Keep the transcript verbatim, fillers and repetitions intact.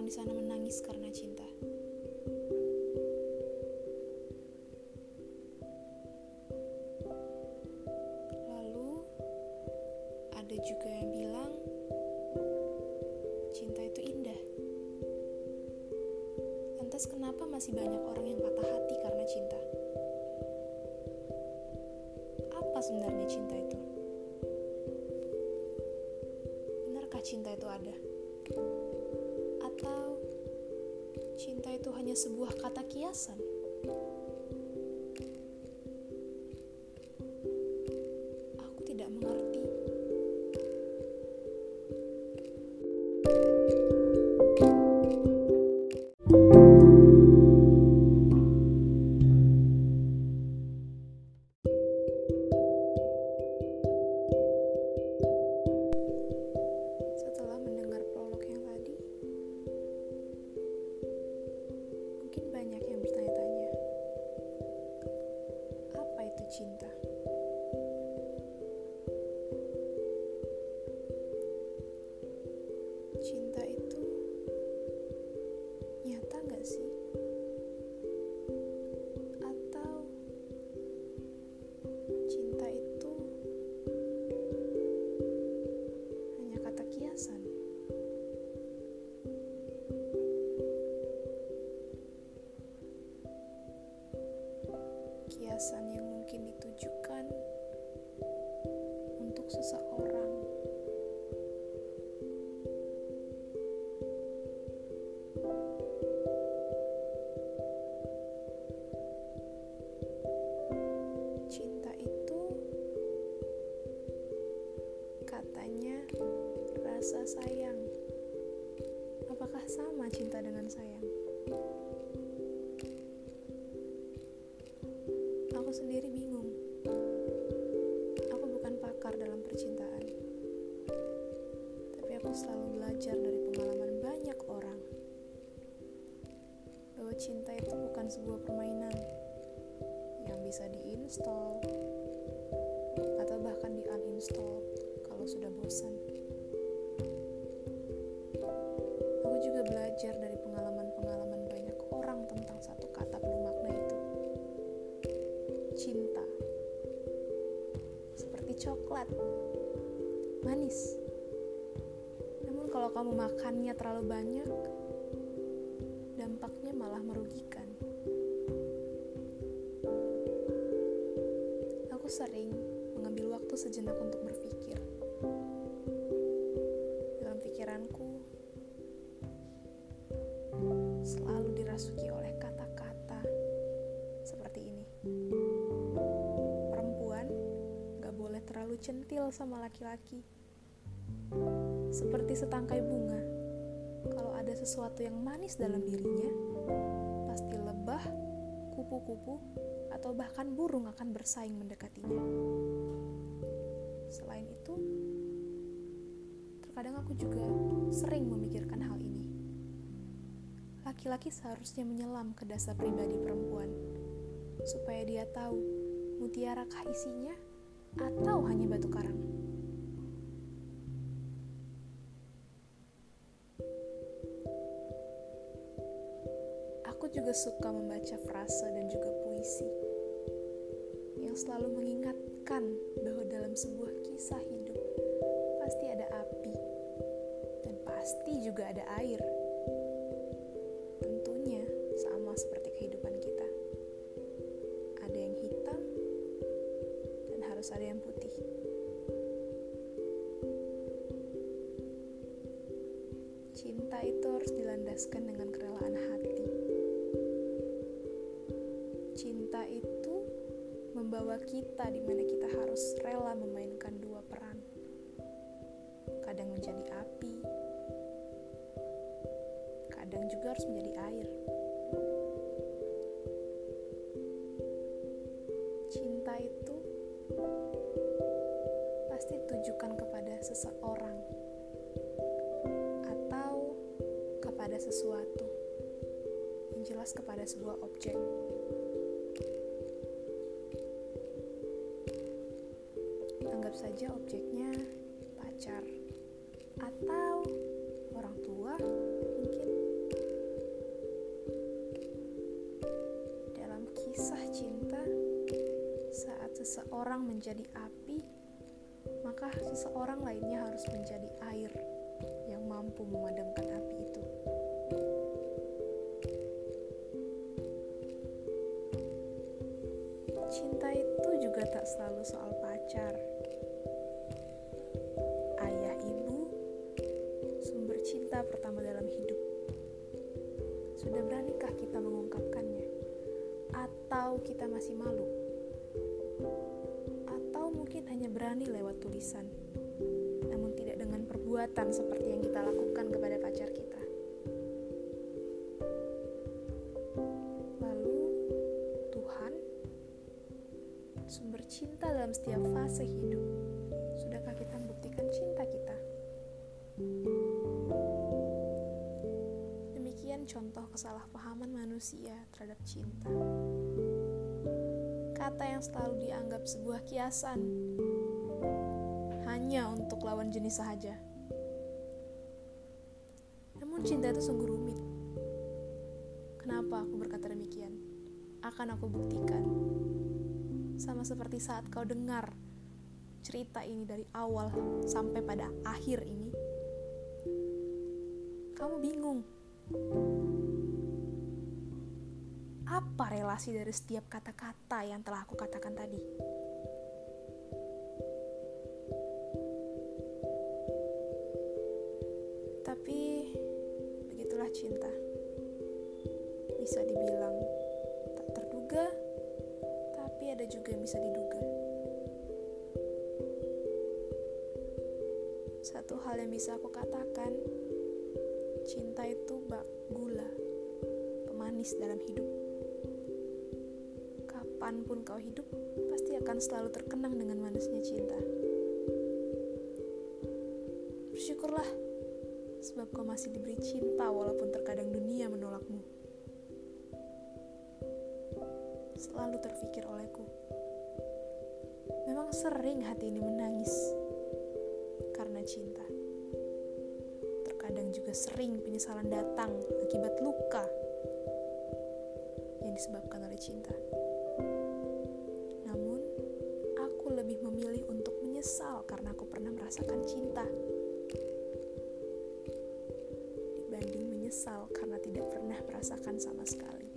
orang di sana menangis karena cinta. Lalu ada juga yang bilang cinta itu indah. Lantas kenapa masih banyak orang yang patah hati karena cinta? Apa sebenarnya cinta itu? Benarkah cinta itu ada? Atau cinta itu hanya sebuah kata kiasan? Aku tidak mengerti. Setelah mendengar prolog yang tadi, mungkin banyak yang bertanya-tanya, apa itu cinta? Cinta itu nyata gak sih? Atau cinta itu hanya kata kiasan? Kiasan yang mungkin ditujukan untuk seseorang, cinta itu katanya rasa sayang. Apakah sama cinta dengan sayang? Aku sendiri bingung. Aku bukan pakar dalam percintaan, tapi aku selalu belajar dari pengalaman banyak orang bahwa cinta itu bukan sebuah permainan yang bisa diinstal atau bahkan di-uninstall kalau sudah bosan. Aku juga belajar dari pengalaman-pengalaman banyak orang tentang satu kata penuh makna itu, cinta. Seperti coklat, manis. Namun kalau kamu makannya terlalu banyak, dampaknya malah merugikan. Aku sering mengambil waktu sejenak untuk berpikir. Dalam pikiranku selalu dirasuki oleh kata-kata seperti ini. Perempuan gak boleh terlalu centil sama laki-laki. Seperti setangkai bunga, kalau ada sesuatu yang manis dalam dirinya, pasti lebah, kupu-kupu, atau bahkan burung akan bersaing mendekatinya. Selain itu, terkadang aku juga sering memikirkan hal ini. Laki-laki seharusnya menyelam ke dasar pribadi perempuan, supaya dia tahu mutiarakah isinya atau hanya batu karang. Aku juga suka membaca frase dan juga puisi yang selalu mengingatkan bahwa dalam sebuah kisah hidup pasti ada api dan pasti juga ada air. Tentunya sama seperti kehidupan kita. Ada yang hitam dan harus ada yang putih. Cinta itu harus dilandaskan dengan kerelaan hati. Cinta itu membawa kita di mana kita harus rela memainkan dua peran. Kadang menjadi api, kadang juga harus menjadi air. Cinta itu pasti ditujukan kepada seseorang atau kepada sesuatu, yang jelas kepada sebuah objek. Anggap saja objeknya pacar atau orang tua mungkin, seseorang menjadi api, maka seseorang lainnya harus menjadi air yang mampu memadamkan api itu. Cinta itu juga tak selalu soal pacar. Ayah ibu, sumber cinta pertama dalam hidup. Sudah beranikah kita mengungkapkannya? Atau kita masih malu? Atau mungkin hanya berani lewat tulisan, namun tidak dengan perbuatan seperti yang kita lakukan kepada pacar kita. Lalu, Tuhan, sumber cinta dalam setiap fase hidup, sudahkah kita membuktikan cinta kita? Demikian contoh kesalahpahaman manusia terhadap cinta. Kata yang selalu dianggap sebuah kiasan hanya untuk lawan jenis saja. Namun cinta itu sungguh rumit. Kenapa aku berkata demikian? Akan aku buktikan. Sama seperti saat kau dengar cerita ini dari awal sampai pada akhir ini, kamu bingung. Apa relasi dari setiap kata-kata yang telah aku katakan tadi? Tapi begitulah cinta. Bisa dibilang tak terduga, tapi ada juga yang bisa diduga. Satu hal yang bisa aku katakan, cinta itu bak gula, pemanis dalam hidup. Kapanpun kau hidup, pasti akan selalu terkenang dengan manisnya cinta. Bersyukurlah, sebab kau masih diberi cinta walaupun terkadang dunia menolakmu. Selalu terfikir olehku. Memang sering hati ini menangis karena cinta. Terkadang juga sering penyesalan datang akibat luka yang disebabkan oleh cinta. Namun, aku lebih memilih untuk menyesal karena aku pernah merasakan cinta dibanding menyesal karena tidak pernah merasakan sama sekali.